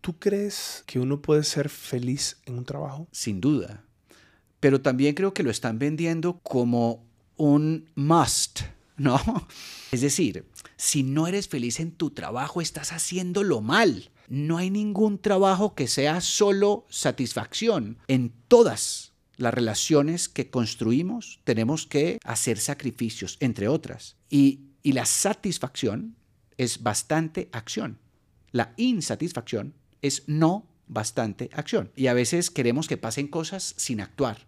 ¿Tú crees que uno puede ser feliz en un trabajo? Sin duda. Pero también creo que lo están vendiendo como un must, ¿no? Es decir, si no eres feliz en tu trabajo, estás haciéndolo mal. No hay ningún trabajo que sea solo satisfacción. En todas las relaciones que construimos tenemos que hacer sacrificios, entre otras. Y la satisfacción es bastante acción. La insatisfacción es no bastante acción. Y a veces queremos que pasen cosas sin actuar.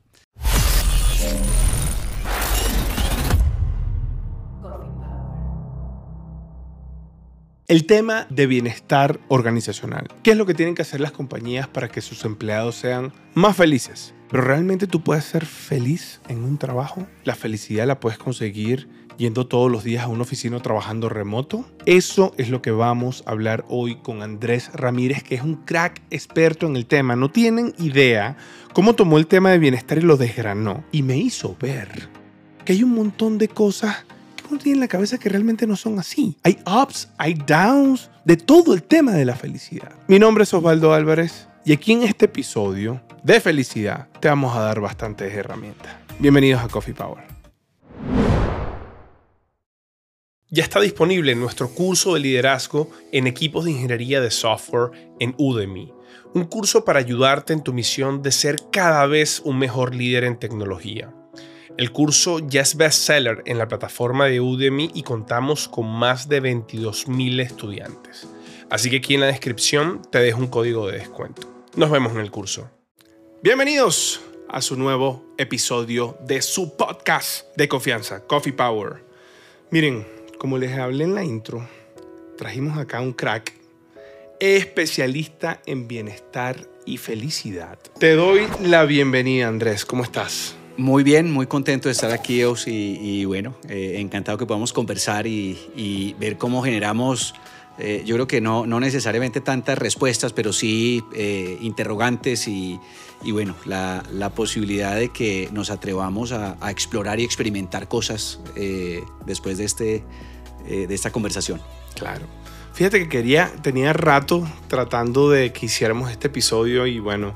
El tema de bienestar organizacional. ¿Qué es lo que tienen que hacer las compañías para que sus empleados sean más felices? Pero realmente tú puedes ser feliz en un trabajo. La felicidad la puedes conseguir yendo todos los días a una oficina o trabajando remoto. Eso es lo que vamos a hablar hoy con Andrés Ramírez, que es un crack experto en el tema. No tienen idea cómo tomó el tema de bienestar y lo desgranó. Y me hizo ver que hay un montón de cosas que uno tiene en la cabeza que realmente no son así. Hay ups, hay downs, de todo el tema de la felicidad. Mi nombre es Osvaldo Álvarez y aquí en este episodio de felicidad te vamos a dar bastantes herramientas. Bienvenidos a Coffee Power. Ya está disponible nuestro curso de liderazgo en equipos de ingeniería de software en Udemy. Un curso para ayudarte en tu misión de ser cada vez un mejor líder en tecnología. El curso ya es bestseller en la plataforma de Udemy y contamos con más de 22,000 estudiantes. Así que aquí en la descripción te dejo un código de descuento. Nos vemos en el curso. Bienvenidos a su nuevo episodio de su podcast de confianza, Coffee Power. Miren, como les hablé en la intro, trajimos acá un crack especialista en bienestar y felicidad. Te doy la bienvenida, Andrés. ¿Cómo estás? Muy bien, muy contento de estar aquí, Eus, y bueno, encantado que podamos conversar y ver cómo generamos, yo creo que no necesariamente tantas respuestas, pero sí interrogantes y bueno, la posibilidad de que nos atrevamos a explorar y experimentar cosas después de esta conversación. Claro. Fíjate que tenía rato tratando de que hiciéramos este episodio y bueno,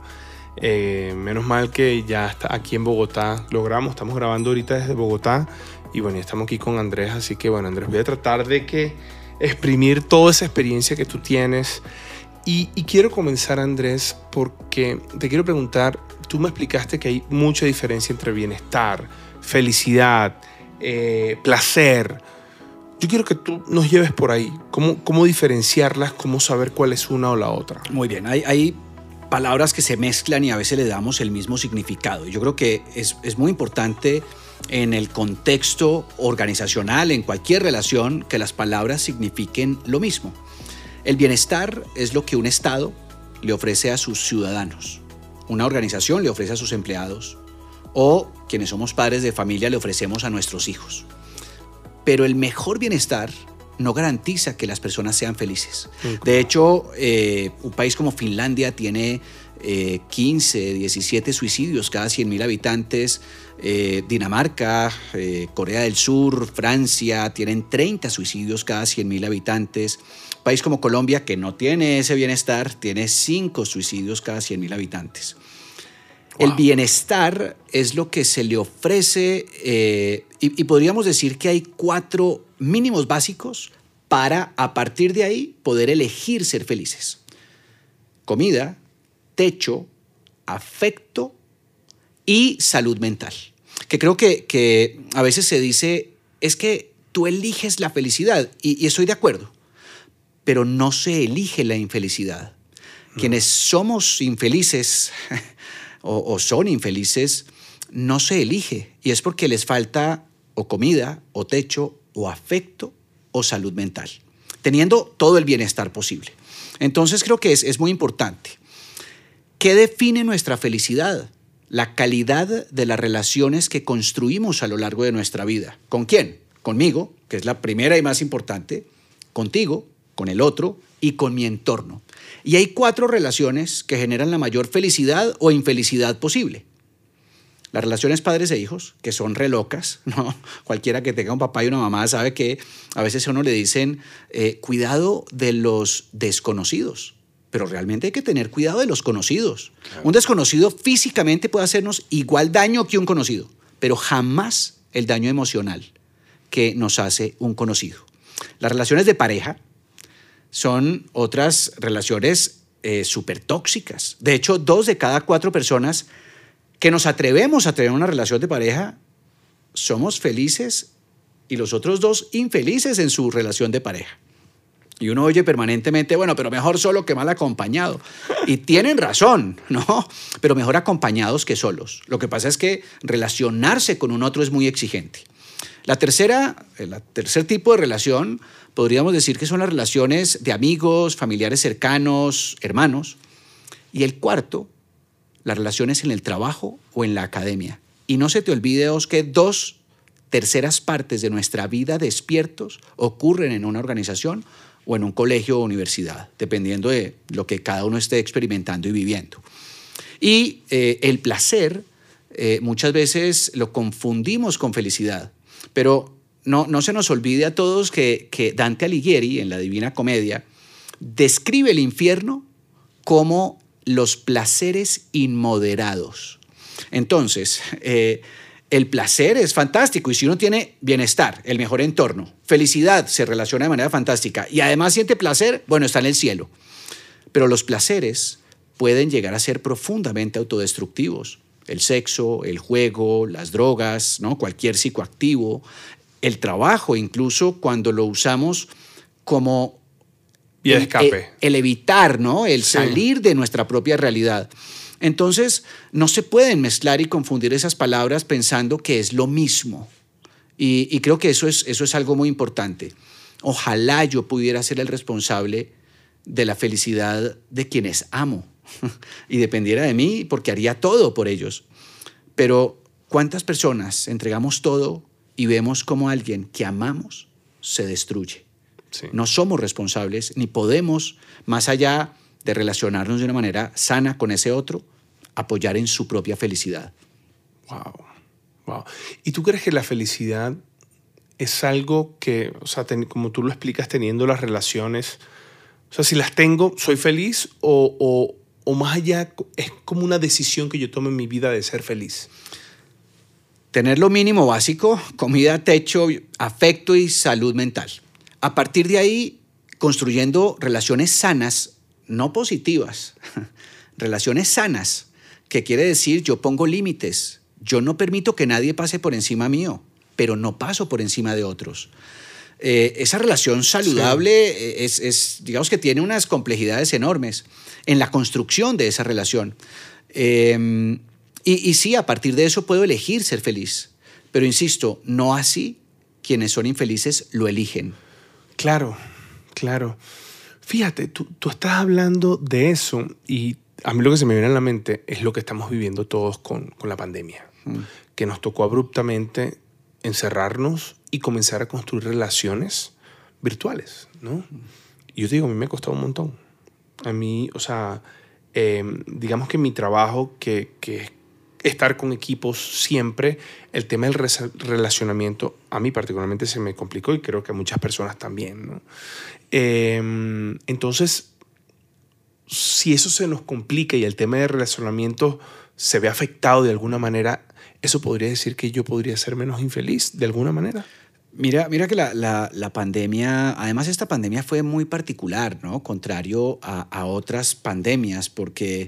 menos mal que ya está aquí en Bogotá. Estamos grabando ahorita desde Bogotá y bueno, ya estamos aquí con Andrés, así que bueno, Andrés, voy a tratar de exprimir toda esa experiencia que tú tienes. Y quiero comenzar, Andrés, porque te quiero preguntar, tú me explicaste que hay mucha diferencia entre bienestar, felicidad, placer. Yo quiero que tú nos lleves por ahí, cómo diferenciarlas, cómo saber cuál es una o la otra. Muy bien, hay palabras que se mezclan y a veces le damos el mismo significado. Yo creo que es muy importante en el contexto organizacional, en cualquier relación, que las palabras signifiquen lo mismo. El bienestar es lo que un Estado le ofrece a sus ciudadanos, una organización le ofrece a sus empleados o quienes somos padres de familia le ofrecemos a nuestros hijos. Pero el mejor bienestar no garantiza que las personas sean felices. De hecho, un país como Finlandia tiene 15, 17 suicidios cada 100,000 habitantes. Dinamarca, Corea del Sur, Francia tienen 30 suicidios cada 100,000 habitantes. Un país como Colombia, que no tiene ese bienestar, tiene 5 suicidios cada 100,000 habitantes. Wow. El bienestar es lo que se le ofrece y podríamos decir que hay 4 mínimos básicos para, a partir de ahí, poder elegir ser felices. Comida, techo, afecto y salud mental. Que creo que a veces se dice, es que tú eliges la felicidad y estoy de acuerdo, pero no se elige la infelicidad. No. Quienes somos infelices o son infelices, no se elige y es porque les falta o comida, o techo, o afecto, o salud mental, teniendo todo el bienestar posible. Entonces creo que es muy importante. ¿Qué define nuestra felicidad? La calidad de las relaciones que construimos a lo largo de nuestra vida. ¿Con quién? Conmigo, que es la primera y más importante, contigo, con el otro y con mi entorno. Y hay 4 relaciones que generan la mayor felicidad o infelicidad posible. Las relaciones padres e hijos, que son re locas, ¿no? Cualquiera que tenga un papá y una mamá sabe que a veces a uno le dicen, cuidado de los desconocidos. pero realmente hay que tener cuidado de los conocidos. Claro. Un desconocido físicamente puede hacernos igual daño que un conocido, pero jamás el daño emocional que nos hace un conocido. Las relaciones de pareja son otras relaciones súper tóxicas. De hecho, 2 de cada 4 personas que nos atrevemos a tener una relación de pareja somos felices y los otros 2 infelices en su relación de pareja. Y uno oye permanentemente, bueno, pero mejor solo que mal acompañado. Y tienen razón, ¿no? Pero mejor acompañados que solos. Lo que pasa es que relacionarse con un otro es muy exigente. El tercer tipo de relación, podríamos decir que son las relaciones de amigos, familiares cercanos, hermanos. Y el cuarto, las relaciones en el trabajo o en la academia. Y no se te olvide, que 2/3 partes de nuestra vida despiertos ocurren en una organización o en un colegio o universidad, dependiendo de lo que cada uno esté experimentando y viviendo. Y el placer muchas veces lo confundimos con felicidad, pero no se nos olvide a todos que Dante Alighieri, en la Divina Comedia, describe el infierno como los placeres inmoderados. Entonces, el placer es fantástico y si uno tiene bienestar, el mejor entorno, felicidad, se relaciona de manera fantástica y además siente placer, bueno, está en el cielo. Pero los placeres pueden llegar a ser profundamente autodestructivos. El sexo, el juego, las drogas, ¿no? Cualquier psicoactivo, el trabajo, incluso cuando lo usamos como vía de escape. El evitar, ¿no? El salir de nuestra propia realidad. Entonces, no se pueden mezclar y confundir esas palabras pensando que es lo mismo. Y creo que eso es algo muy importante. Ojalá yo pudiera ser el responsable de la felicidad de quienes amo y dependiera de mí porque haría todo por ellos. Pero ¿cuántas personas entregamos todo y vemos cómo alguien que amamos se destruye? Sí. No somos responsables ni podemos, más allá de relacionarnos de una manera sana con ese otro, apoyar en su propia felicidad. Wow. ¿Y tú crees que la felicidad es algo que, o sea, como tú lo explicas, teniendo las relaciones, o sea, si las tengo, soy feliz o más allá es como una decisión que yo tomo en mi vida de ser feliz? Tener lo mínimo básico, comida, techo, afecto y salud mental. A partir de ahí, construyendo relaciones sanas, no positivas, relaciones sanas, que quiere decir yo pongo límites, yo no permito que nadie pase por encima mío, pero no paso por encima de otros. Esa relación saludable digamos que tiene unas complejidades enormes en la construcción de esa relación. Y sí, a partir de eso puedo elegir ser feliz, pero insisto, no así quienes son infelices lo eligen. Claro. Fíjate, tú estás hablando de eso y a mí lo que se me viene a la mente es lo que estamos viviendo todos con la pandemia, que nos tocó abruptamente encerrarnos y comenzar a construir relaciones virtuales, ¿no? Y yo te digo, a mí me ha costado un montón. A mí, o sea, digamos que mi trabajo, que es estar con equipos siempre, el tema del relacionamiento, a mí particularmente se me complicó y creo que a muchas personas también, ¿no? Entonces, si eso se nos complica y el tema de relacionamiento se ve afectado de alguna manera, ¿eso podría decir que yo podría ser menos infeliz de alguna manera? Mira que la pandemia, además esta pandemia fue muy particular, ¿no? Contrario a otras pandemias, porque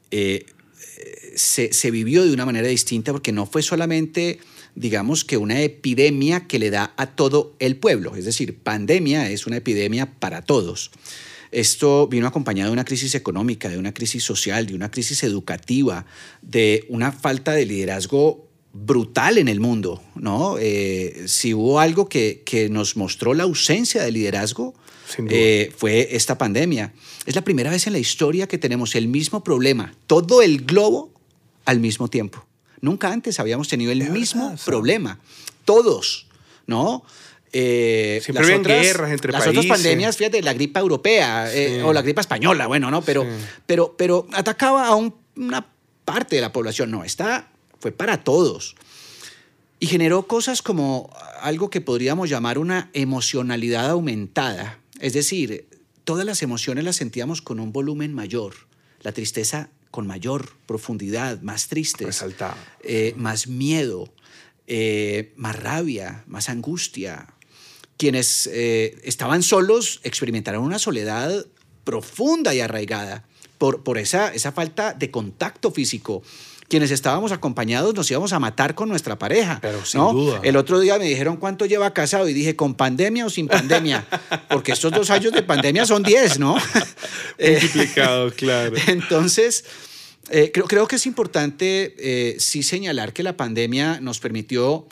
se vivió de una manera distinta, porque no fue solamente, digamos, que una epidemia que le da a todo el pueblo. Es decir, pandemia es una epidemia para todos. Esto vino acompañado de una crisis económica, de una crisis social, de una crisis educativa, de una falta de liderazgo brutal en el mundo, ¿no? Si hubo algo que nos mostró la ausencia de liderazgo, fue esta pandemia. Es la primera vez en la historia que tenemos el mismo problema, todo el globo al mismo tiempo. Nunca antes habíamos tenido el mismo problema, todos, ¿no? Siempre habían guerras entre países. Las otras pandemias, fíjate, la gripa europea o la gripa española, bueno, ¿no? Pero atacaba a una parte de la población. No, esta fue para todos. Y generó cosas como algo que podríamos llamar una emocionalidad aumentada. Es decir, todas las emociones las sentíamos con un volumen mayor. La tristeza con mayor profundidad, más tristes, Resaltada. más miedo, más rabia, más angustia. Quienes estaban solos experimentaron una soledad profunda y arraigada por esa falta de contacto físico. Quienes estábamos acompañados nos íbamos a matar con nuestra pareja. Pero sin ¿no? duda. El otro día me dijeron cuánto lleva casado y dije, ¿con pandemia o sin pandemia? Porque estos 2 años de pandemia son 10, ¿no? Multiplicado, claro. Entonces, creo que es importante sí señalar que la pandemia nos permitió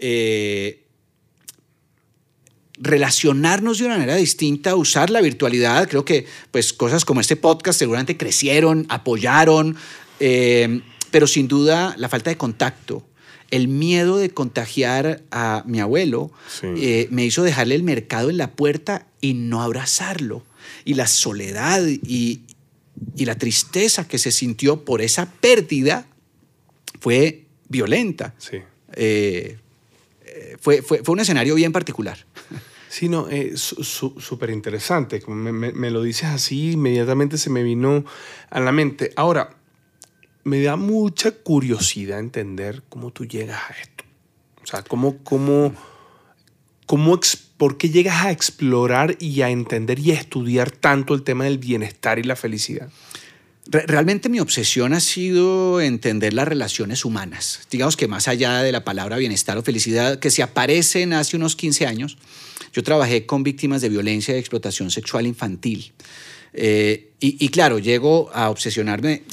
relacionarnos de una manera distinta, usar la virtualidad. Creo que pues, cosas como este podcast seguramente crecieron, apoyaron, pero sin duda la falta de contacto, el miedo de contagiar a mi abuelo Sí. me hizo dejarle el mercado en la puerta y no abrazarlo. Y la soledad y la tristeza que se sintió por esa pérdida fue violenta. Sí. Fue un escenario bien particular. Sí, no, súper interesante. Me lo dices así, inmediatamente se me vino a la mente. Ahora, me da mucha curiosidad entender cómo tú llegas a esto. O sea, ¿por qué llegas a explorar y a entender y a estudiar tanto el tema del bienestar y la felicidad? Realmente mi obsesión ha sido entender las relaciones humanas. Digamos que más allá de la palabra bienestar o felicidad, que se aparecen hace unos 15 años, yo trabajé con víctimas de violencia y explotación sexual infantil. Y claro, llego a obsesionarme,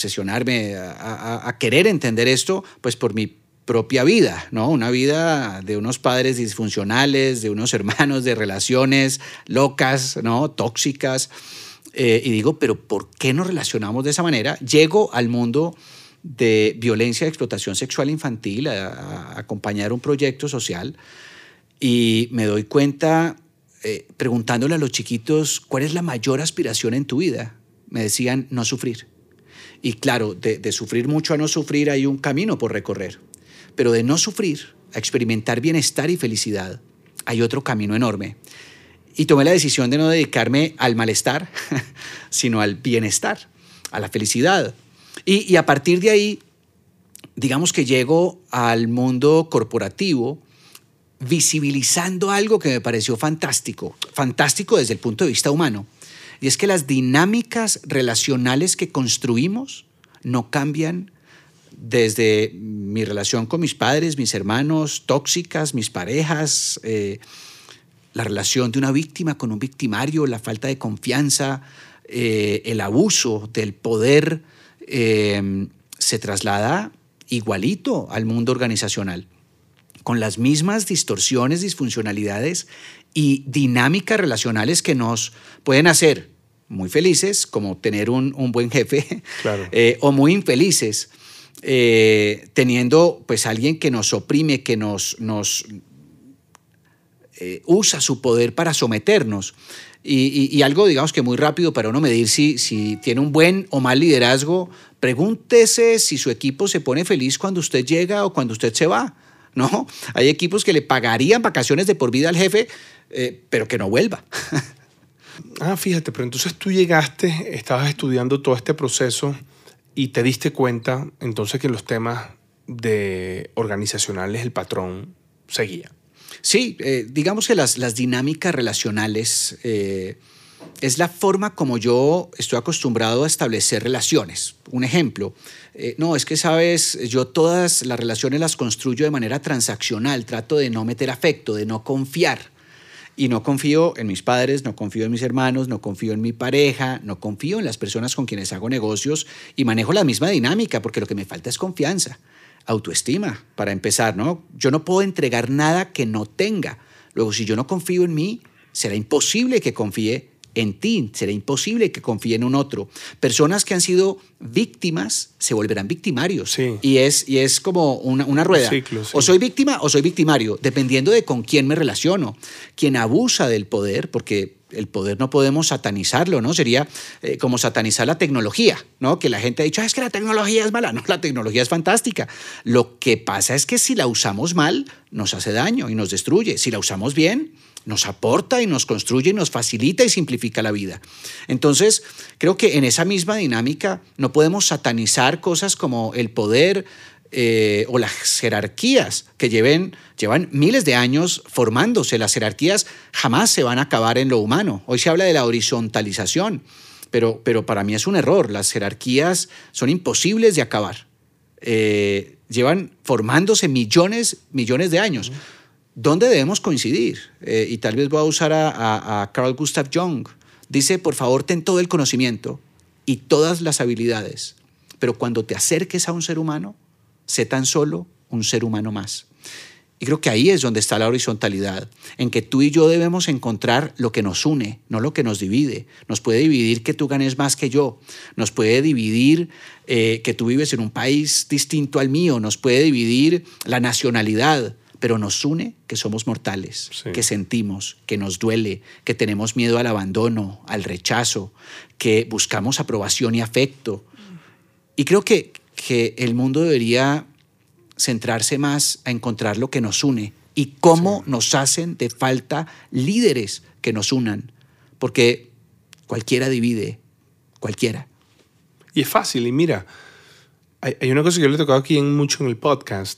a querer entender esto, pues por mi propia vida, ¿no? Una vida de unos padres disfuncionales, de unos hermanos, de relaciones locas, ¿no? Tóxicas. Y digo, pero ¿por qué nos relacionamos de esa manera? Llego al mundo de violencia y explotación sexual infantil a acompañar un proyecto social y me doy cuenta, preguntándole a los chiquitos, ¿cuál es la mayor aspiración en tu vida? Me decían, no sufrir. Y claro, de sufrir mucho a no sufrir hay un camino por recorrer, pero de no sufrir a experimentar bienestar y felicidad hay otro camino enorme. Y tomé la decisión de no dedicarme al malestar, sino al bienestar, a la felicidad. Y a partir de ahí, digamos que llego al mundo corporativo visibilizando algo que me pareció fantástico desde el punto de vista humano. Y es que las dinámicas relacionales que construimos no cambian desde mi relación con mis padres, mis hermanos, tóxicas, mis parejas, la relación de una víctima con un victimario, la falta de confianza, el abuso del poder se traslada igualito al mundo organizacional, con las mismas distorsiones, disfuncionalidades y dinámicas relacionales que nos pueden hacer muy felices, como tener un buen jefe, Claro. O muy infelices, teniendo pues alguien que nos oprime, que nos usa su poder para someternos. Y algo, digamos que muy rápido para uno medir si tiene un buen o mal liderazgo, pregúntese si su equipo se pone feliz cuando usted llega o cuando usted se va, ¿no? Hay equipos que le pagarían vacaciones de por vida al jefe, pero que no vuelva. Fíjate, pero entonces tú llegaste, estabas estudiando todo este proceso y te diste cuenta entonces que los temas organizacionales, el patrón seguía. Sí, digamos que las dinámicas relacionales es la forma como yo estoy acostumbrado a establecer relaciones. Un ejemplo, no, es que sabes, yo todas las relaciones las construyo de manera transaccional, trato de no meter afecto, de no confiar. Y no confío en mis padres, no confío en mis hermanos, no confío en mi pareja, no confío en las personas con quienes hago negocios y manejo la misma dinámica porque lo que me falta es confianza. Autoestima, para empezar, ¿no? Yo no puedo entregar nada que no tenga. Luego, si yo no confío en mí, será imposible que confíe en ti, será imposible que confíe en un otro. Personas que han sido víctimas se volverán victimarios. Sí. Y es como una rueda. Ciclo, sí. O soy víctima o soy victimario, dependiendo de con quién me relaciono. Quien abusa del poder, porque el poder no podemos satanizarlo, ¿no? Sería como satanizar la tecnología, ¿no? Que la gente ha dicho, es que la tecnología es mala. No, la tecnología es fantástica. Lo que pasa es que si la usamos mal, nos hace daño y nos destruye. Si la usamos bien, nos aporta y nos construye y nos facilita y simplifica la vida. Entonces, creo que en esa misma dinámica no podemos satanizar cosas como el poder o las jerarquías que llevan miles de años formándose. Las jerarquías jamás se van a acabar en lo humano. Hoy se habla de la horizontalización, pero para mí es un error. Las jerarquías son imposibles de acabar. Llevan formándose millones de años. ¿Dónde debemos coincidir? Y tal vez voy a usar a Carl Gustav Jung. Dice, por favor, ten todo el conocimiento y todas las habilidades, pero cuando te acerques a un ser humano, sé tan solo un ser humano más. Y creo que ahí es donde está la horizontalidad, en que tú y yo debemos encontrar lo que nos une, no lo que nos divide. Nos puede dividir que tú ganes más que yo, nos puede dividir que tú vives en un país distinto al mío, nos puede dividir la nacionalidad, pero nos une que somos mortales, sí, que sentimos, que nos duele, que tenemos miedo al abandono, al rechazo, que buscamos aprobación y afecto. Y creo que el mundo debería centrarse más a encontrar lo que nos une y cómo sí, nos hacen de falta líderes que nos unan, porque cualquiera divide, cualquiera. Y es fácil, y mira, hay una cosa que yo le he tocado aquí mucho en el podcast,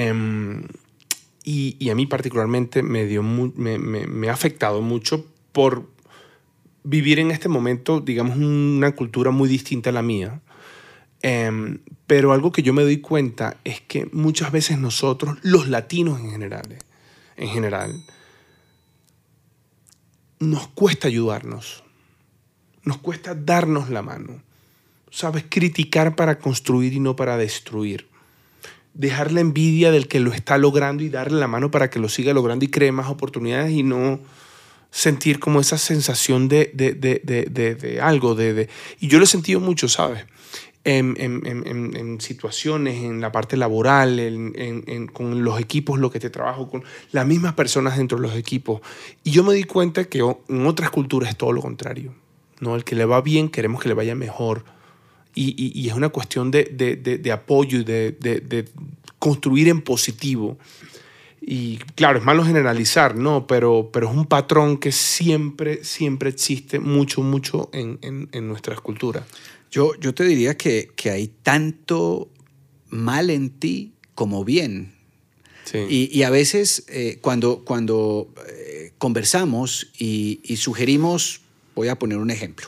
y a mí particularmente me ha afectado mucho por vivir en este momento, digamos, una cultura muy distinta a la mía. Pero algo que yo me doy cuenta es que muchas veces nosotros, los latinos en general, nos cuesta ayudarnos, nos cuesta darnos la mano, ¿sabes? Criticar para construir y no para destruir. Dejar la envidia del que lo está logrando y darle la mano para que lo siga logrando y cree más oportunidades y no sentir como esa sensación de algo. Y yo lo he sentido mucho, ¿sabes? En situaciones, en la parte laboral, con los equipos, lo que te trabajo, con las mismas personas dentro de los equipos. Y yo me di cuenta que en otras culturas es todo lo contrario, ¿no? El que le va bien, queremos que le vaya mejor. Y es una cuestión de apoyo y de construir en positivo. Y claro, es malo generalizar, ¿no? Pero es un patrón que siempre existe mucho en nuestras culturas. Yo te diría que hay tanto mal en ti como bien. Sí. Y a veces cuando conversamos y sugerimos, voy a poner un ejemplo,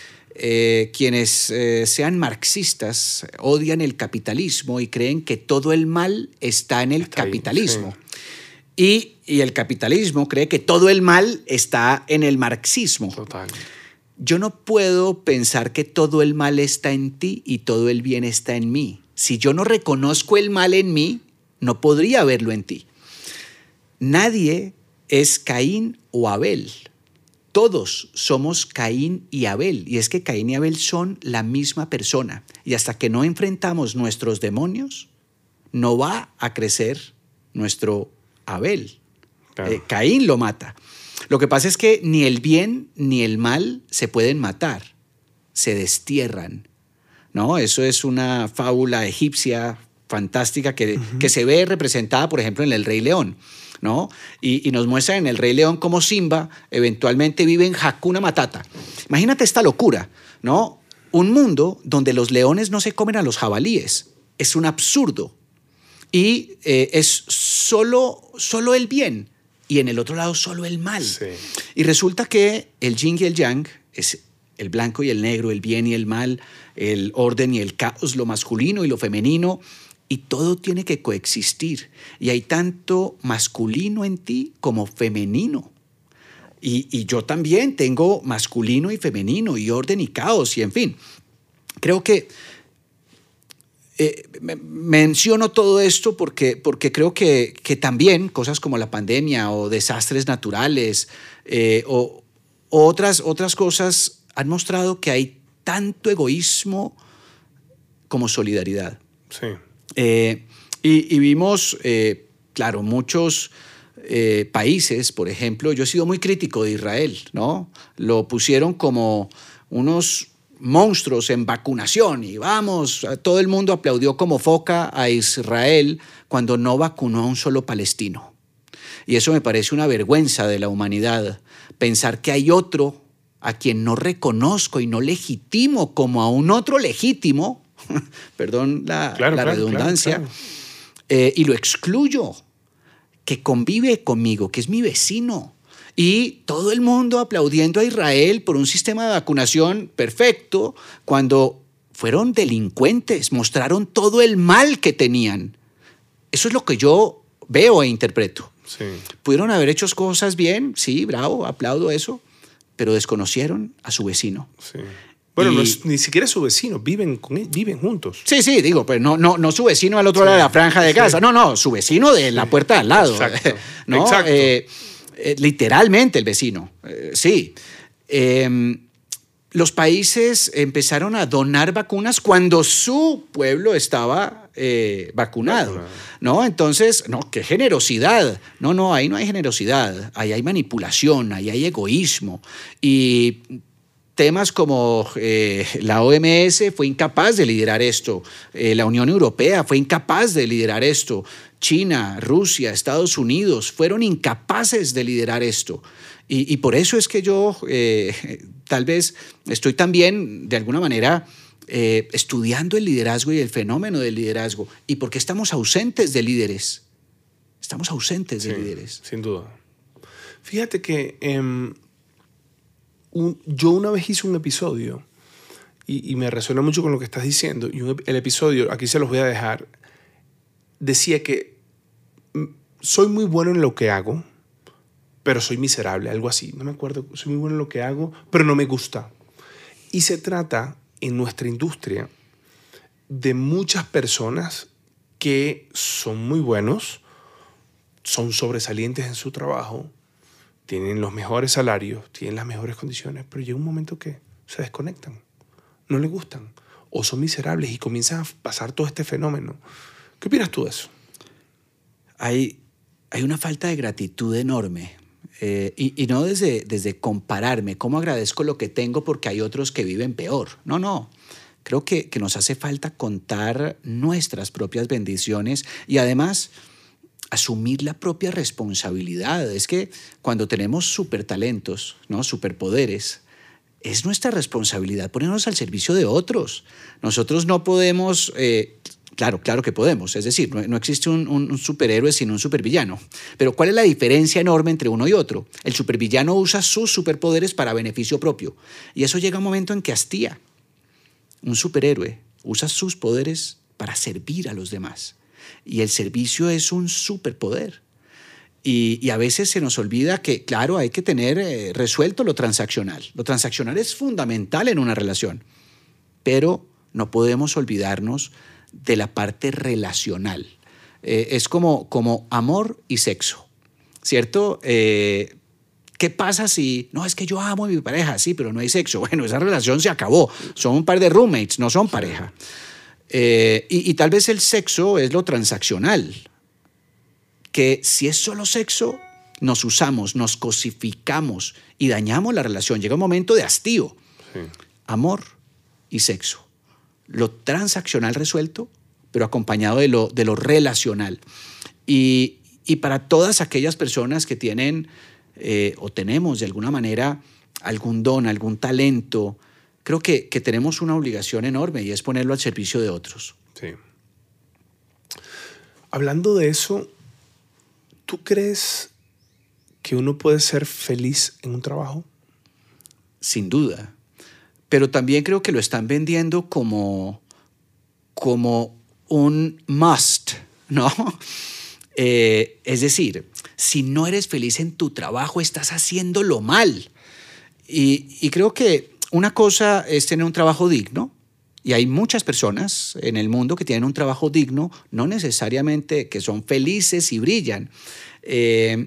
quienes sean marxistas odian el capitalismo y creen que todo el mal está en el capitalismo. Sí. Y el capitalismo cree que todo el mal está en el marxismo. Total. Yo no puedo pensar que todo el mal está en ti y todo el bien está en mí. Si yo no reconozco el mal en mí, no podría verlo en ti. Nadie es Caín o Abel. Todos somos Caín y Abel. Y es que Caín y Abel son la misma persona. Y hasta que no enfrentamos nuestros demonios, no va a crecer nuestro Abel. Claro. Caín lo mata. Lo que pasa es que ni el bien ni el mal se pueden matar, se destierran, ¿no? Eso es una fábula egipcia fantástica que se ve representada, por ejemplo, en El Rey León, ¿no? Y nos muestra en El Rey León cómo Simba eventualmente vive en Hakuna Matata. Imagínate esta locura, ¿no? Un mundo donde los leones no se comen a los jabalíes. Es un absurdo. Y es solo el bien. Y en el otro lado solo el mal. Sí. Y resulta que el yin y el yang es el blanco y el negro, el bien y el mal, el orden y el caos, lo masculino y lo femenino, y todo tiene que coexistir. Y hay tanto masculino en ti como femenino. Y yo también tengo masculino y femenino, y orden y caos, y en fin. Creo que menciono todo esto porque creo que también cosas como la pandemia o desastres naturales o otras cosas han mostrado que hay tanto egoísmo como solidaridad. Sí. Y vimos, claro, muchos países, por ejemplo, yo he sido muy crítico de Israel, ¿no? Lo pusieron como unos monstruos en vacunación y vamos, todo el mundo aplaudió como foca a Israel cuando no vacunó a un solo palestino. Y eso me parece una vergüenza de la humanidad, pensar que hay otro a quien no reconozco y no legitimo como a un otro legítimo, perdón la redundancia, claro. Y lo excluyo, que convive conmigo, que es mi vecino. Y todo el mundo aplaudiendo a Israel por un sistema de vacunación perfecto, cuando fueron delincuentes, mostraron todo el mal que tenían. Eso es lo que yo veo e interpreto. Sí. ¿Pudieron haber hecho cosas bien? Sí, bravo, aplaudo eso, pero desconocieron a su vecino. Sí. Bueno, ni siquiera su vecino, viven juntos. Sí, digo, pues no su vecino al otro lado de la franja de Gaza, no, su vecino de la puerta de al lado. Exacto. ¿No? Exacto. Literalmente el vecino, sí. Los países empezaron a donar vacunas cuando su pueblo estaba vacunado, ¿no? Entonces, no, qué generosidad. No, ahí no hay generosidad, ahí hay manipulación, ahí hay egoísmo. Y temas como la OMS fue incapaz de liderar esto, la Unión Europea fue incapaz de liderar esto, China, Rusia, Estados Unidos fueron incapaces de liderar esto. Y por eso es que yo tal vez estoy también, de alguna manera, estudiando el liderazgo y el fenómeno del liderazgo. ¿Y por qué estamos ausentes de líderes? Estamos ausentes de líderes. Sin duda. Fíjate que yo una vez hice un episodio y me resuena mucho con lo que estás diciendo. Y el episodio, aquí se los voy a dejar, decía que soy muy bueno en lo que hago, pero soy miserable, algo así. No me acuerdo, soy muy bueno en lo que hago, pero no me gusta. Y se trata en nuestra industria de muchas personas que son muy buenos, son sobresalientes en su trabajo, tienen los mejores salarios, tienen las mejores condiciones, pero llega un momento que se desconectan, no les gustan, o son miserables y comienzan a pasar todo este fenómeno. ¿Qué opinas tú de eso? Hay una falta de gratitud enorme. Y no desde compararme, cómo agradezco lo que tengo porque hay otros que viven peor. No. Creo que nos hace falta contar nuestras propias bendiciones y además asumir la propia responsabilidad. Es que cuando tenemos supertalentos, ¿no? Superpoderes, es nuestra responsabilidad ponernos al servicio de otros. Nosotros no podemos... Claro que podemos. Es decir, no existe un superhéroe sin un supervillano. Pero ¿cuál es la diferencia enorme entre uno y otro? El supervillano usa sus superpoderes para beneficio propio. Y eso llega a un momento en que hastía. Un superhéroe usa sus poderes para servir a los demás. Y el servicio es un superpoder. Y a veces se nos olvida que, claro, hay que tener resuelto lo transaccional. Lo transaccional es fundamental en una relación. Pero no podemos olvidarnos de la parte relacional. Es como amor y sexo, ¿cierto? ¿Qué pasa si, no, es que yo amo a mi pareja, sí, pero no hay sexo? Bueno, esa relación se acabó. Son un par de roommates, no son pareja. Y tal vez el sexo es lo transaccional, que si es solo sexo, nos usamos, nos cosificamos y dañamos la relación. Llega un momento de hastío. Sí. Amor y sexo. Lo transaccional resuelto, pero acompañado de lo relacional. Y para todas aquellas personas que tienen o tenemos de alguna manera algún don, algún talento, creo que tenemos una obligación enorme y es ponerlo al servicio de otros. Sí. Hablando de eso, ¿tú crees que uno puede ser feliz en un trabajo? Sin duda. Pero también creo que lo están vendiendo como un must, ¿no? Es decir, si no eres feliz en tu trabajo, estás haciéndolo mal. Y creo que una cosa es tener un trabajo digno, y hay muchas personas en el mundo que tienen un trabajo digno, no necesariamente que son felices y brillan. He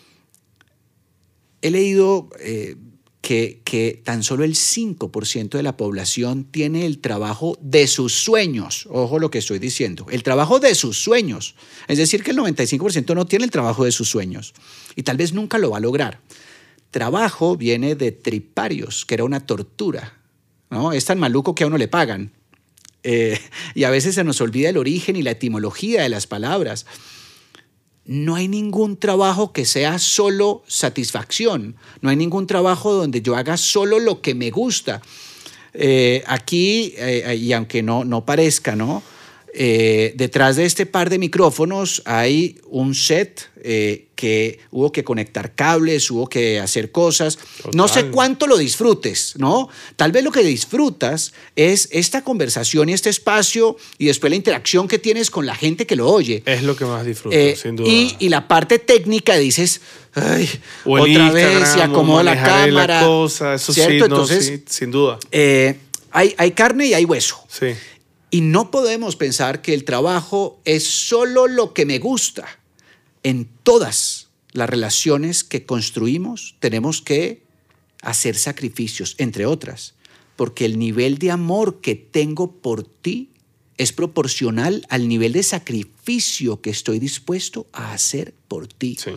leído... que tan solo el 5% de la población tiene el trabajo de sus sueños. Ojo lo que estoy diciendo. El trabajo de sus sueños. Es decir, que el 95% no tiene el trabajo de sus sueños. Y tal vez nunca lo va a lograr. Trabajo viene de triparios, que era una tortura, ¿no? Es tan maluco que a uno le pagan. Y a veces se nos olvida el origen y la etimología de las palabras. no hay ningún trabajo que sea solo satisfacción. No hay ningún trabajo donde yo haga solo lo que me gusta. Aquí, y aunque no parezca, ¿no? Detrás de este par de micrófonos hay un set que hubo que conectar cables, hubo que hacer cosas. Total. No sé cuánto lo disfrutes, ¿no? Tal vez lo que disfrutas es esta conversación y este espacio y después la interacción que tienes con la gente que lo oye. Es lo que más disfruto, sin duda. Y la parte técnica dices, ay, o el otra Instagram, vez, y acomodo la cámara. La cosa, eso ¿cierto? sí, no, Entonces, sí, sin duda. Hay carne y hay hueso. Sí. Y no podemos pensar que el trabajo es solo lo que me gusta. En todas las relaciones que construimos tenemos que hacer sacrificios, entre otras, porque el nivel de amor que tengo por ti es proporcional al nivel de sacrificio que estoy dispuesto a hacer por ti. Sí.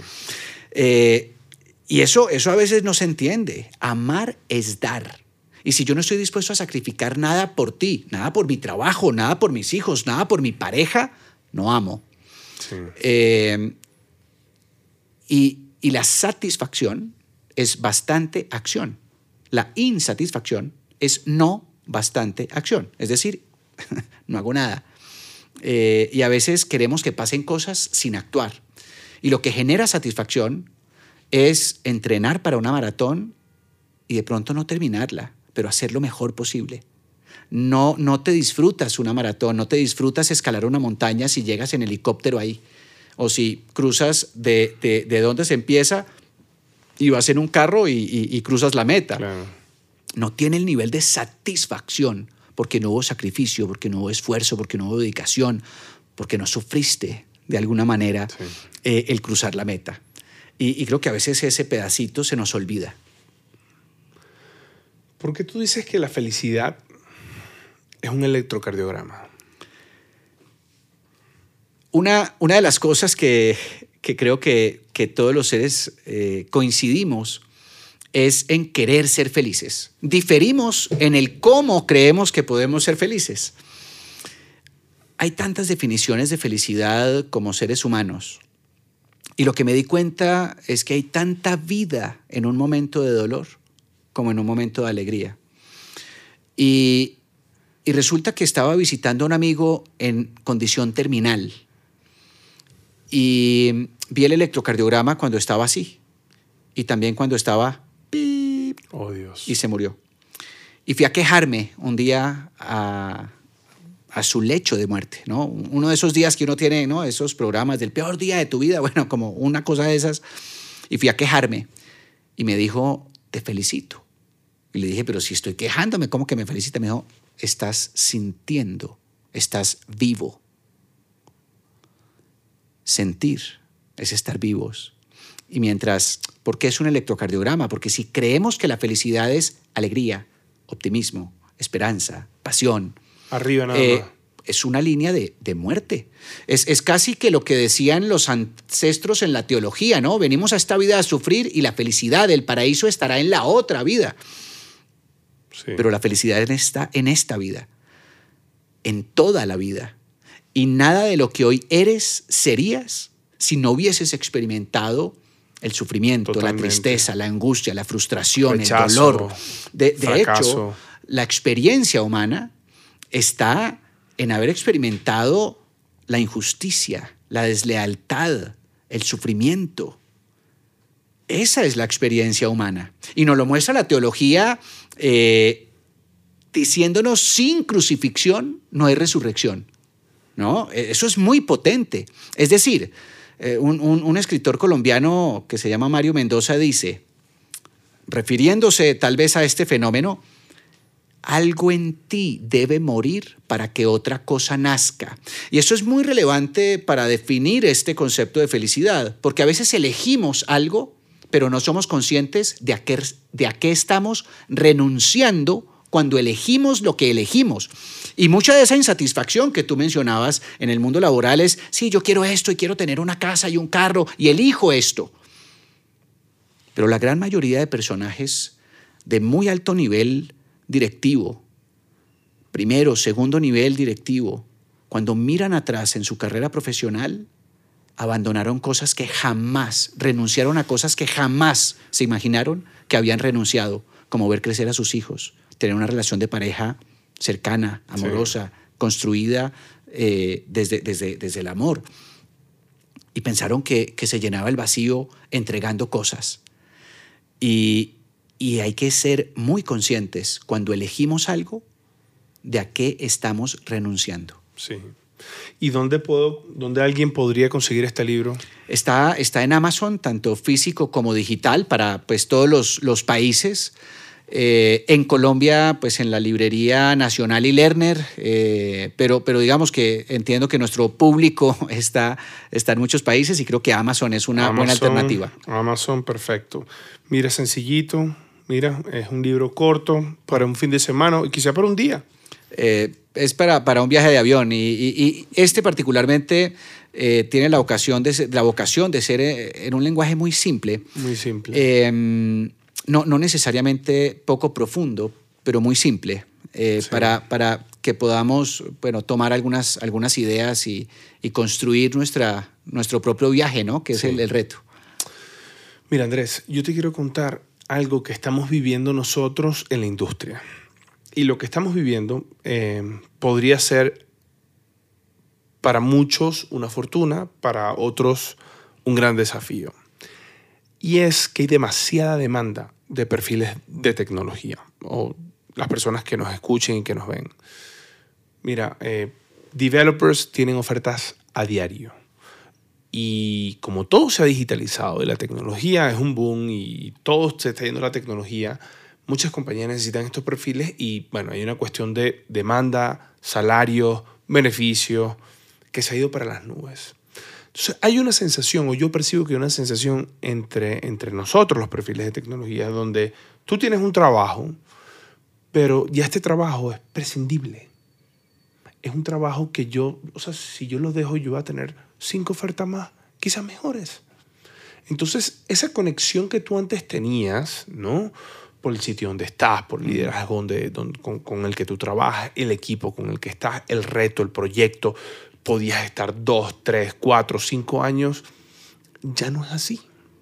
Y eso a veces no se entiende. Amar es dar. Y si yo no estoy dispuesto a sacrificar nada por ti, nada por mi trabajo, nada por mis hijos, nada por mi pareja, no amo. Sí. Y la satisfacción es bastante acción. La insatisfacción es no bastante acción. Es decir, no hago nada. Y a veces queremos que pasen cosas sin actuar. Y lo que genera satisfacción es entrenar para una maratón y de pronto no terminarla, pero hacer lo mejor posible. No te disfrutas una maratón, no te disfrutas escalar una montaña si llegas en helicóptero ahí, o si cruzas de donde se empieza y vas en un carro y cruzas la meta. Claro. No tiene el nivel de satisfacción porque no hubo sacrificio, porque no hubo esfuerzo, porque no hubo dedicación, porque no sufriste de alguna manera el cruzar la meta. Y creo que a veces ese pedacito se nos olvida. ¿Por qué tú dices que la felicidad es un electrocardiograma? Una de las cosas que creo que todos los seres coincidimos es en querer ser felices. Diferimos en el cómo creemos que podemos ser felices. Hay tantas definiciones de felicidad como seres humanos. Y lo que me di cuenta es que hay tanta vida en un momento de dolor como en un momento de alegría. Y resulta que estaba visitando a un amigo en condición terminal y vi el electrocardiograma cuando estaba así y también cuando estaba pip, Oh, Dios. y se murió. Y fui a quejarme un día a su lecho de muerte, ¿no? Uno de esos días que uno tiene, ¿no? Esos programas del peor día de tu vida, bueno, como una cosa de esas. Y fui a quejarme y me dijo, te felicito. Y le dije, pero si estoy quejándome, ¿cómo que me felicita? Me dijo, estás sintiendo, estás vivo. Sentir es estar vivos. Y mientras, ¿por qué es un electrocardiograma? Porque si creemos que la felicidad es alegría, optimismo, esperanza, pasión, Arriba nada más. es una línea de muerte. Es casi que lo que decían los ancestros en la teología, ¿no? Venimos a esta vida a sufrir y la felicidad, el paraíso estará en la otra vida. Sí. Pero la felicidad está en esta vida, en toda la vida. Y nada de lo que hoy eres serías si no hubieses experimentado el sufrimiento, Totalmente. la tristeza, la angustia, la frustración, Rechazo, el dolor. De fracaso. hecho, la experiencia humana está en haber experimentado la injusticia, la deslealtad, el sufrimiento. Esa es la experiencia humana. Y nos lo muestra la teología diciéndonos sin crucifixión no hay resurrección, ¿no? Eso es muy potente. Es decir, un escritor colombiano que se llama Mario Mendoza dice, refiriéndose tal vez a este fenómeno, algo en ti debe morir para que otra cosa nazca. Y eso es muy relevante para definir este concepto de felicidad, porque a veces elegimos algo, pero no somos conscientes de a qué estamos renunciando cuando elegimos lo que elegimos. Y mucha de esa insatisfacción que tú mencionabas en el mundo laboral es, sí, yo quiero esto y quiero tener una casa y un carro y elijo esto. Pero la gran mayoría de personajes de muy alto nivel directivo, primero, segundo nivel directivo, cuando miran atrás en su carrera profesional, abandonaron cosas que jamás, renunciaron a cosas que jamás se imaginaron que habían renunciado, como ver crecer a sus hijos, tener una relación de pareja cercana, amorosa, construida desde el amor. Y pensaron que se llenaba el vacío entregando cosas. Y hay que ser muy conscientes cuando elegimos algo de a qué estamos renunciando. Sí. ¿Y dónde alguien podría conseguir este libro? Está en Amazon, tanto físico como digital, para pues, todos los países. En Colombia, pues en la librería Nacional y Lerner, pero digamos que entiendo que nuestro público está en muchos países y creo que Amazon es una buena alternativa. Amazon, perfecto. Mira, sencillito, mira, es un libro corto para un fin de semana y quizá para un día. Es para un viaje de avión y este particularmente tiene la vocación de ser en un lenguaje muy simple. Muy simple. No necesariamente poco profundo, pero muy simple, sí, para que podamos tomar algunas ideas y construir nuestro propio viaje, ¿no? Que es sí, el reto. Mira, Andrés, yo te quiero contar algo que estamos viviendo nosotros en la industria. Y lo que estamos viviendo podría ser para muchos una fortuna, para otros un gran desafío. Y es que hay demasiada demanda de perfiles de tecnología o las personas que nos escuchen y que nos ven. Mira, developers tienen ofertas a diario. Y como todo se ha digitalizado y la tecnología es un boom y todo se está yendo a la tecnología, muchas compañías necesitan estos perfiles y, bueno, hay una cuestión de demanda, salarios, beneficios, que se ha ido para las nubes. Entonces, hay una sensación, o yo percibo que hay una sensación entre nosotros, los perfiles de tecnología, donde tú tienes un trabajo, pero ya este trabajo es prescindible. Es un trabajo que si yo lo dejo, yo voy a tener 5 ofertas más, quizás mejores. Entonces, esa conexión que tú antes tenías, ¿no? Por el sitio donde estás, por el liderazgo con el que tú trabajas, el equipo con el que estás, el reto, el proyecto, podías estar 2, 3, 4, 5 años, ya no es así.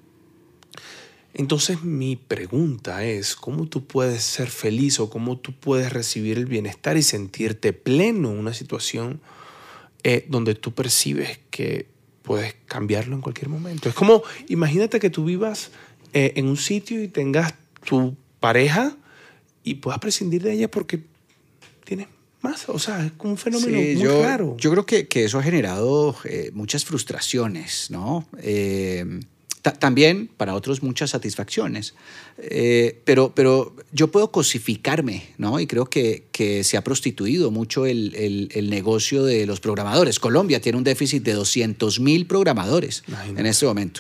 Entonces mi pregunta es, ¿cómo tú puedes ser feliz o cómo tú puedes recibir el bienestar y sentirte pleno en una situación donde tú percibes que puedes cambiarlo en cualquier momento? Es como, imagínate que tú vivas en un sitio y tengas tu pareja y puedas prescindir de ella porque tienes más. O sea, es como un fenómeno muy raro. Yo creo que eso ha generado muchas frustraciones, ¿no? También para otros muchas satisfacciones. Pero yo puedo cosificarme, ¿no? Y creo que se ha prostituido mucho el negocio de los programadores. Colombia tiene un déficit de 200,000 programadores en este momento.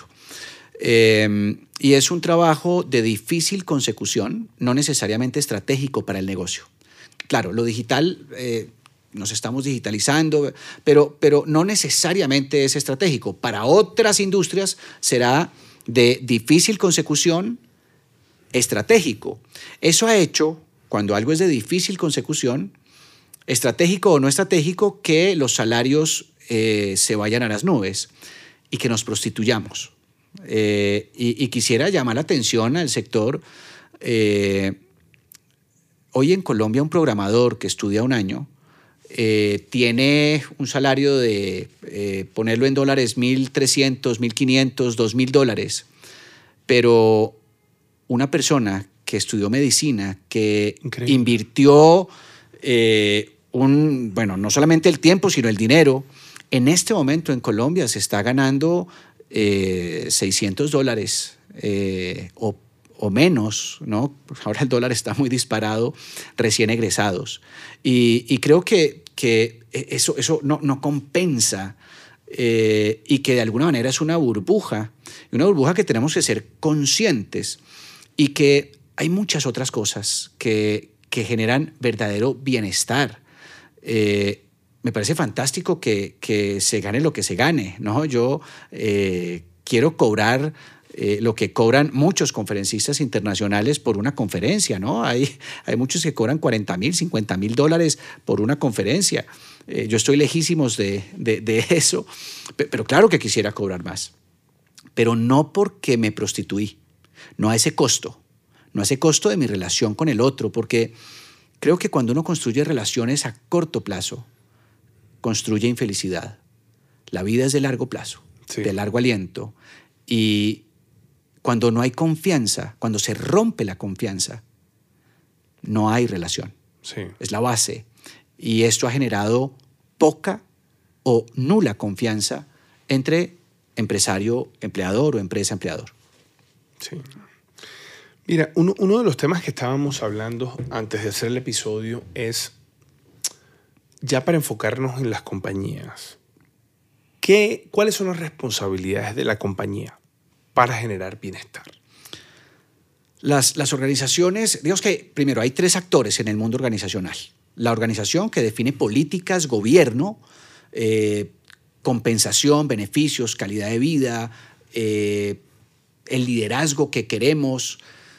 Y es un trabajo de difícil consecución, no necesariamente estratégico para el negocio. Claro, lo digital, nos estamos digitalizando, pero no necesariamente es estratégico. Para otras industrias será de difícil consecución estratégico. Eso ha hecho, cuando algo es de difícil consecución, estratégico o no estratégico, que los salarios se vayan a las nubes y que nos prostituyamos. Y quisiera llamar la atención al sector. Hoy en Colombia un programador que estudia un año tiene un salario de, ponerlo en dólares, $1,300, $1,500, $2,000. Pero una persona que estudió medicina, que increíble, invirtió no solamente el tiempo, sino el dinero, en este momento en Colombia se está ganando $600 o menos, ¿no? Ahora el dólar está muy disparado, recién egresados. Y creo que eso no compensa y que de alguna manera es una burbuja que tenemos que ser conscientes y que hay muchas otras cosas que generan verdadero bienestar. Me parece fantástico que se gane lo que se gane, ¿no? Yo quiero cobrar lo que cobran muchos conferencistas internacionales por una conferencia, ¿no? Hay muchos que cobran $40,000, $50,000 por una conferencia. Yo estoy lejísimos de eso, pero claro que quisiera cobrar más. Pero no porque me prostituí, no a ese costo de mi relación con el otro, porque creo que cuando uno construye relaciones a corto plazo, construye infelicidad. La vida es de largo plazo, sí, de largo aliento, y cuando no hay confianza, cuando se rompe la confianza, no hay relación. Sí. Es la base. Y esto ha generado poca o nula confianza entre empresario-empleador o empresa-empleador. Sí. Mira, uno de los temas que estábamos hablando antes de hacer el episodio es, ya para enfocarnos en las compañías, ¿cuáles son las responsabilidades de la compañía para generar bienestar? Las organizaciones, digamos que primero hay 3 actores en el mundo organizacional. La organización, que define políticas, gobierno, compensación, beneficios, calidad de vida, el liderazgo que queremos,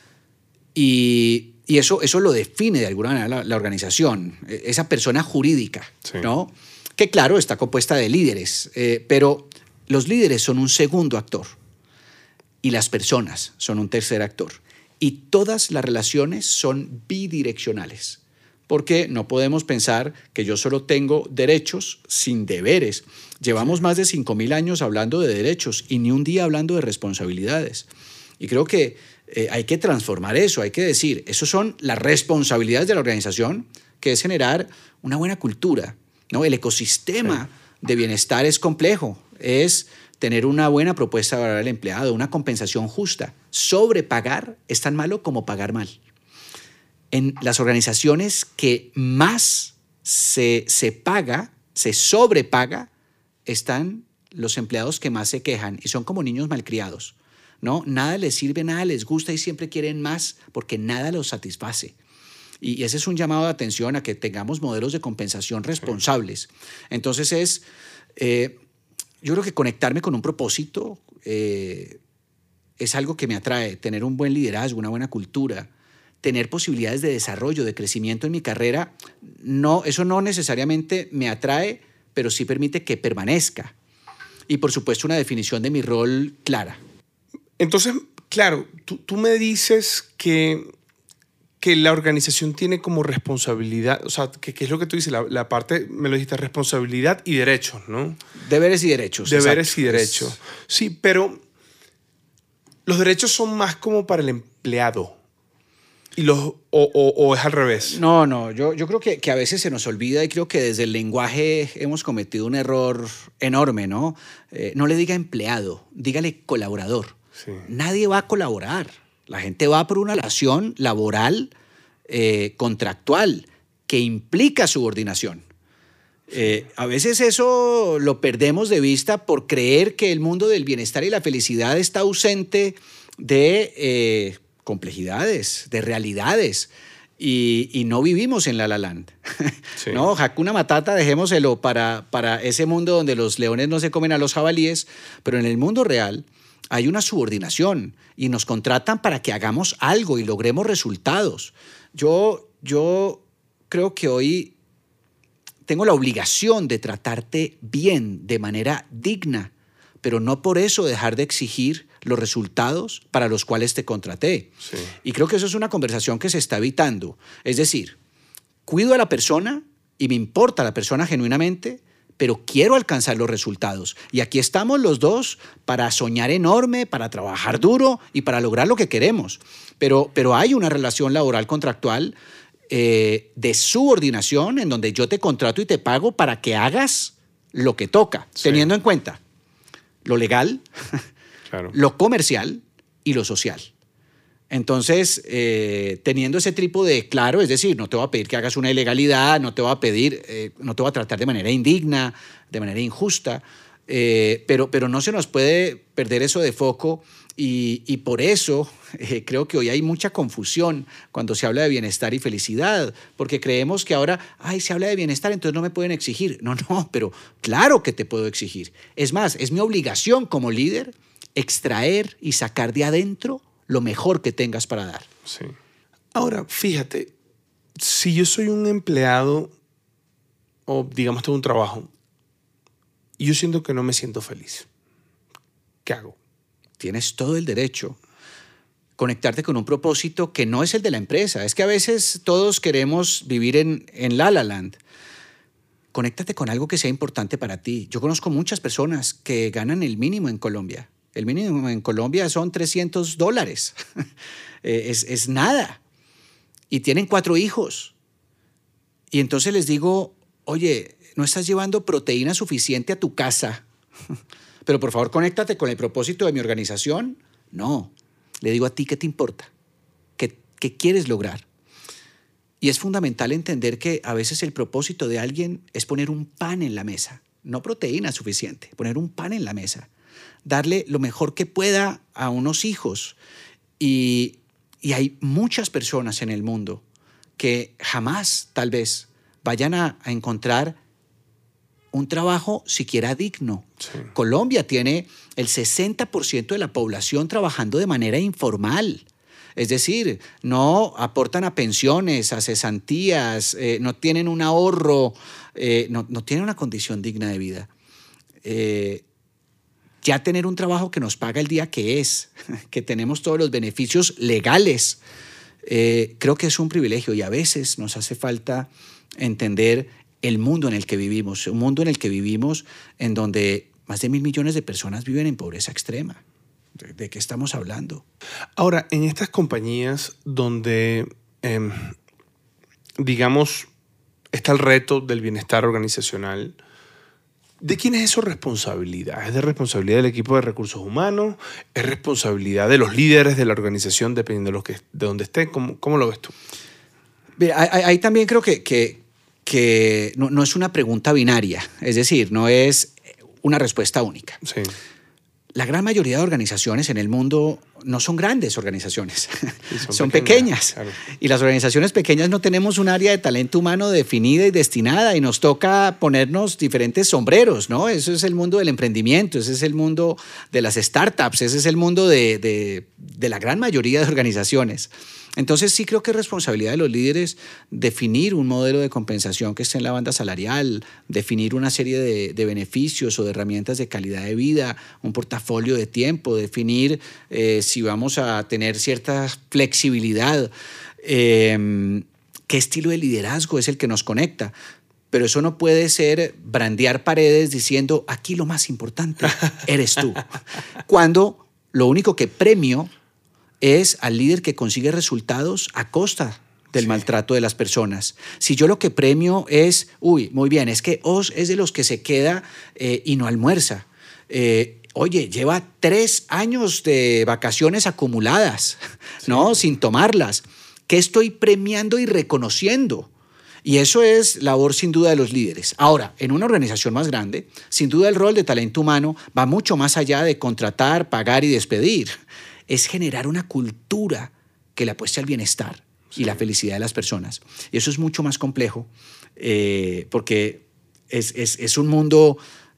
y eso lo define de alguna manera la organización, esa persona jurídica, sí, ¿no? Que claro, está compuesta de líderes, pero los líderes son un segundo actor y las personas son un tercer actor. Y todas las relaciones son bidireccionales, porque no podemos pensar que yo solo tengo derechos sin deberes. Llevamos más de 5,000 años hablando de derechos y ni un día hablando de responsabilidades. Y creo que hay que transformar eso, hay que decir, esas son las responsabilidades de la organización, que es generar una buena cultura, ¿no? El ecosistema de bienestar es complejo, es tener una buena propuesta para el empleado, una compensación justa. Sobrepagar es tan malo como pagar mal. En las organizaciones que más se sobrepaga, están los empleados que más se quejan y son como niños malcriados, ¿no? Nada les sirve, nada les gusta y siempre quieren más porque nada los satisface. Y ese es un llamado de atención a que tengamos modelos de compensación responsables. Entonces yo creo que conectarme con un propósito es algo que me atrae, tener un buen liderazgo, una buena cultura, tener posibilidades de desarrollo, de crecimiento en mi carrera. No, eso no necesariamente me atrae, pero sí permite que permanezca. Y por supuesto una definición de mi rol clara. Entonces, claro, tú me dices que la organización tiene como responsabilidad, o sea, que es lo que tú dices, la parte, me lo dijiste, responsabilidad y derechos, ¿no? Deberes y derechos. Deberes exacto. Y derechos. Sí, pero los derechos son más como para el empleado. ¿O es al revés? No, yo creo que a veces se nos olvida y creo que desde el lenguaje hemos cometido un error enorme, ¿no? No le diga empleado, dígale colaborador. Sí. Nadie va a colaborar. La gente va por una relación laboral, contractual, que implica subordinación. A veces eso lo perdemos de vista por creer que el mundo del bienestar y la felicidad está ausente de complejidades, de realidades, y no vivimos en La La Land. Sí. No, Hakuna Matata, dejémoselo para ese mundo donde los leones no se comen a los jabalíes, pero en el mundo real hay una subordinación y nos contratan para que hagamos algo y logremos resultados. Yo creo que hoy tengo la obligación de tratarte bien, de manera digna, pero no por eso dejar de exigir los resultados para los cuales te contraté. Sí. Y creo que eso es una conversación que se está evitando. Es decir, cuido a la persona y me importa la persona genuinamente, pero quiero alcanzar los resultados. Y aquí estamos los dos para soñar enorme, para trabajar duro y para lograr lo que queremos. Pero hay una relación laboral contractual de subordinación en donde yo te contrato y te pago para que hagas lo que toca, sí, teniendo en cuenta lo legal, claro, lo comercial y lo social. Entonces, teniendo ese trípode claro, es decir, no te voy a pedir que hagas una ilegalidad, no te voy a tratar de manera indigna, de manera injusta, pero no se nos puede perder eso de foco y por eso creo que hoy hay mucha confusión cuando se habla de bienestar y felicidad, porque creemos que ahora, se habla de bienestar, entonces no me pueden exigir. No, pero claro que te puedo exigir. Es más, es mi obligación como líder extraer y sacar de adentro lo mejor que tengas para dar. Sí. Ahora, fíjate, si yo soy un empleado o digamos tengo un trabajo y yo siento que no me siento feliz, ¿qué hago? Tienes todo el derecho a conectarte con un propósito que no es el de la empresa. Es que a veces todos queremos vivir en La La Land. Conéctate con algo que sea importante para ti. Yo conozco muchas personas que ganan el mínimo en Colombia. El mínimo en Colombia son $300. Es nada. Y tienen 4 hijos. Y entonces les digo, oye, no estás llevando proteína suficiente a tu casa, pero por favor conéctate con el propósito de mi organización. No, le digo a ti, ¿qué te importa? ¿Qué quieres lograr? Y es fundamental entender que a veces el propósito de alguien es poner un pan en la mesa, no proteína suficiente, poner un pan en la mesa, darle lo mejor que pueda a unos hijos. Y hay muchas personas en el mundo que jamás, tal vez, vayan a encontrar un trabajo siquiera digno. Sí. Colombia tiene el 60% de la población trabajando de manera informal. Es decir, no aportan a pensiones, a cesantías, no tienen un ahorro, no tienen una condición digna de vida. Ya tener un trabajo que nos paga el día que es, que tenemos todos los beneficios legales, creo que es un privilegio y a veces nos hace falta entender el mundo en el que vivimos, un mundo en el que vivimos en donde más de 1.000 millones de personas viven en pobreza extrema. ¿De qué estamos hablando? Ahora, en estas compañías donde, digamos, está el reto del bienestar organizacional, ¿de quién es eso responsabilidad? ¿Es de responsabilidad del equipo de recursos humanos? ¿Es responsabilidad de los líderes de la organización, dependiendo de dónde estén? ¿Cómo lo ves tú? Ahí también creo que no es una pregunta binaria, es decir, no es una respuesta única. Sí. La gran mayoría de organizaciones en el mundo no son grandes organizaciones, Sí, son pequeñas. Claro. Y las organizaciones pequeñas no tenemos un área de talento humano definida y destinada y nos toca ponernos diferentes sombreros, ¿no? Eso es el mundo del emprendimiento, ese es el mundo de las startups, ese es el mundo de la gran mayoría de organizaciones. Entonces sí creo que es responsabilidad de los líderes definir un modelo de compensación que esté en la banda salarial, definir una serie de beneficios o de herramientas de calidad de vida, un portafolio de tiempo, definir si vamos a tener cierta flexibilidad, qué estilo de liderazgo es el que nos conecta. Pero eso no puede ser brandear paredes diciendo aquí lo más importante eres tú, cuando lo único que premio es al líder que consigue resultados a costa del maltrato de las personas. Si yo lo que premio es, muy bien, es que Oz es de los que se queda y no almuerza. Oye, lleva 3 años de vacaciones acumuladas, ¿no? Sin tomarlas. ¿Qué estoy premiando y reconociendo? Y eso es labor sin duda de los líderes. Ahora, en una organización más grande, sin duda el rol de talento humano va mucho más allá de contratar, pagar y despedir. Es generar una cultura que le apueste al bienestar y la felicidad de las personas. Y eso es mucho más complejo porque es un mundo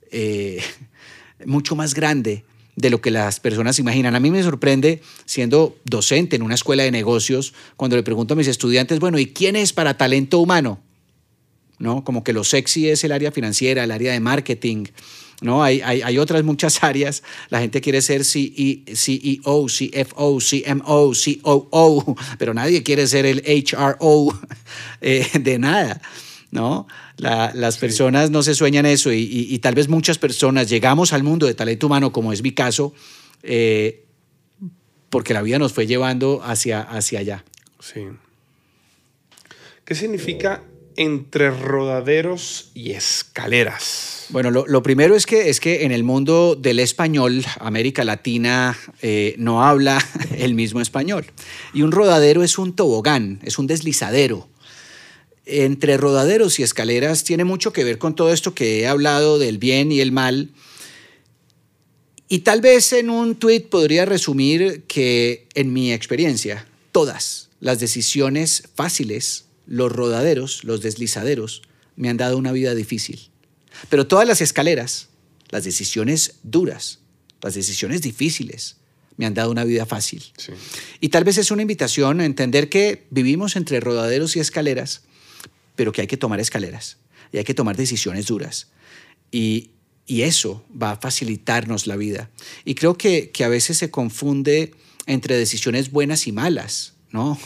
mucho más grande de lo que las personas imaginan. A mí me sorprende, siendo docente en una escuela de negocios, cuando le pregunto a mis estudiantes, bueno, ¿y quién es para talento humano? ¿No? Como que lo sexy es el área financiera, el área de marketing, ¿no? Hay otras muchas áreas. La gente quiere ser CEO, CFO, CMO, COO, pero nadie quiere ser el HRO de nada, ¿no? Las personas no se sueñan eso y tal vez muchas personas llegamos al mundo de talento humano, como es mi caso, porque la vida nos fue llevando hacia allá. Sí. ¿Qué significa entre rodaderos y escaleras? Bueno, lo primero es que en el mundo del español, América Latina no habla el mismo español. Y un rodadero es un tobogán, es un deslizadero. Entre rodaderos y escaleras tiene mucho que ver con todo esto que he hablado del bien y el mal. Y tal vez en un tuit podría resumir que, en mi experiencia, todas las decisiones fáciles, los rodaderos, los deslizaderos, me han dado una vida difícil. Pero todas las escaleras, las decisiones duras, Las decisiones difíciles me han dado una vida fácil. Sí. Y tal vez es una invitación a entender que vivimos entre rodaderos y escaleras, pero que hay que tomar escaleras y hay que tomar decisiones duras. Y eso va a facilitarnos la vida. Y creo que a veces se confunde entre decisiones buenas y malas, ¿no?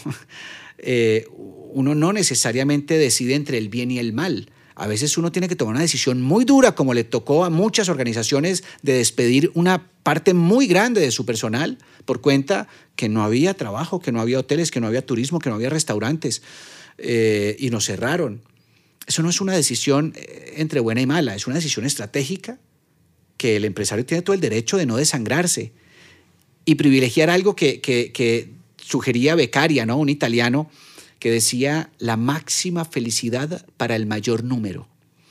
Uno no necesariamente decide entre el bien y el mal. A veces uno tiene que tomar una decisión muy dura, como le tocó a muchas organizaciones, de despedir una parte muy grande de su personal por cuenta que no había trabajo, que no había hoteles, que no había turismo, que no había restaurantes, y nos cerraron. Eso no es una decisión entre buena y mala, es una decisión estratégica que el empresario tiene todo el derecho de no desangrarse y privilegiar algo que sugería Beccaria, ¿no? Un italiano que decía la máxima felicidad para el mayor número.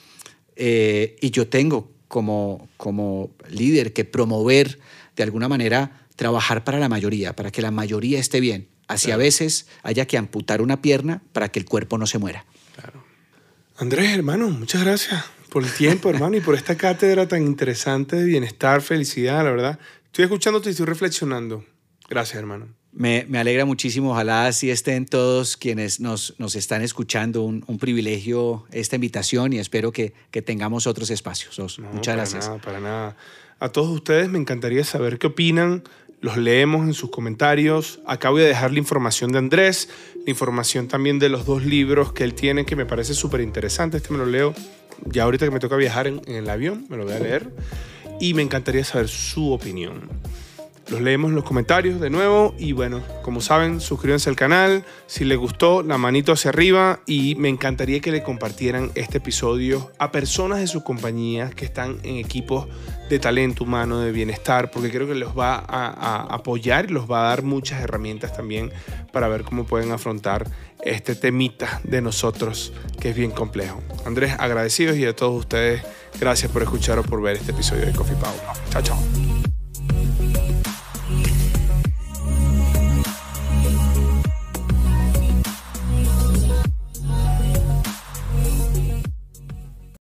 Y yo tengo como líder que promover, de alguna manera, trabajar para la mayoría, para que la mayoría esté bien. Así claro. A veces haya que amputar una pierna para que el cuerpo no se muera. Claro. Andrés, hermano, muchas gracias por el tiempo, hermano, y por esta cátedra tan interesante de bienestar, felicidad, la verdad. Estoy escuchándote y estoy reflexionando. Gracias, hermano. Me alegra muchísimo. Ojalá así estén todos quienes nos están escuchando. Un privilegio esta invitación y espero que tengamos otros espacios. No, muchas gracias. Para nada. A todos ustedes me encantaría saber qué opinan. Los leemos en sus comentarios. Acá voy a dejar la información de Andrés, la información también de los 2 libros que él tiene que me parece súper interesante. Este me lo leo ya ahorita que me toca viajar en el avión. Me lo voy a leer y me encantaría saber su opinión. Los leemos en los comentarios de nuevo y bueno, como saben, suscríbanse al canal. Si les gustó, la manito hacia arriba y me encantaría que le compartieran este episodio a personas de sus compañías que están en equipos de talento humano, de bienestar, porque creo que los va a apoyar y los va a dar muchas herramientas también para ver cómo pueden afrontar este temita de nosotros que es bien complejo. Andrés, agradecidos y a todos ustedes, gracias por escuchar o por ver este episodio de Coffee Power. Chao, chao.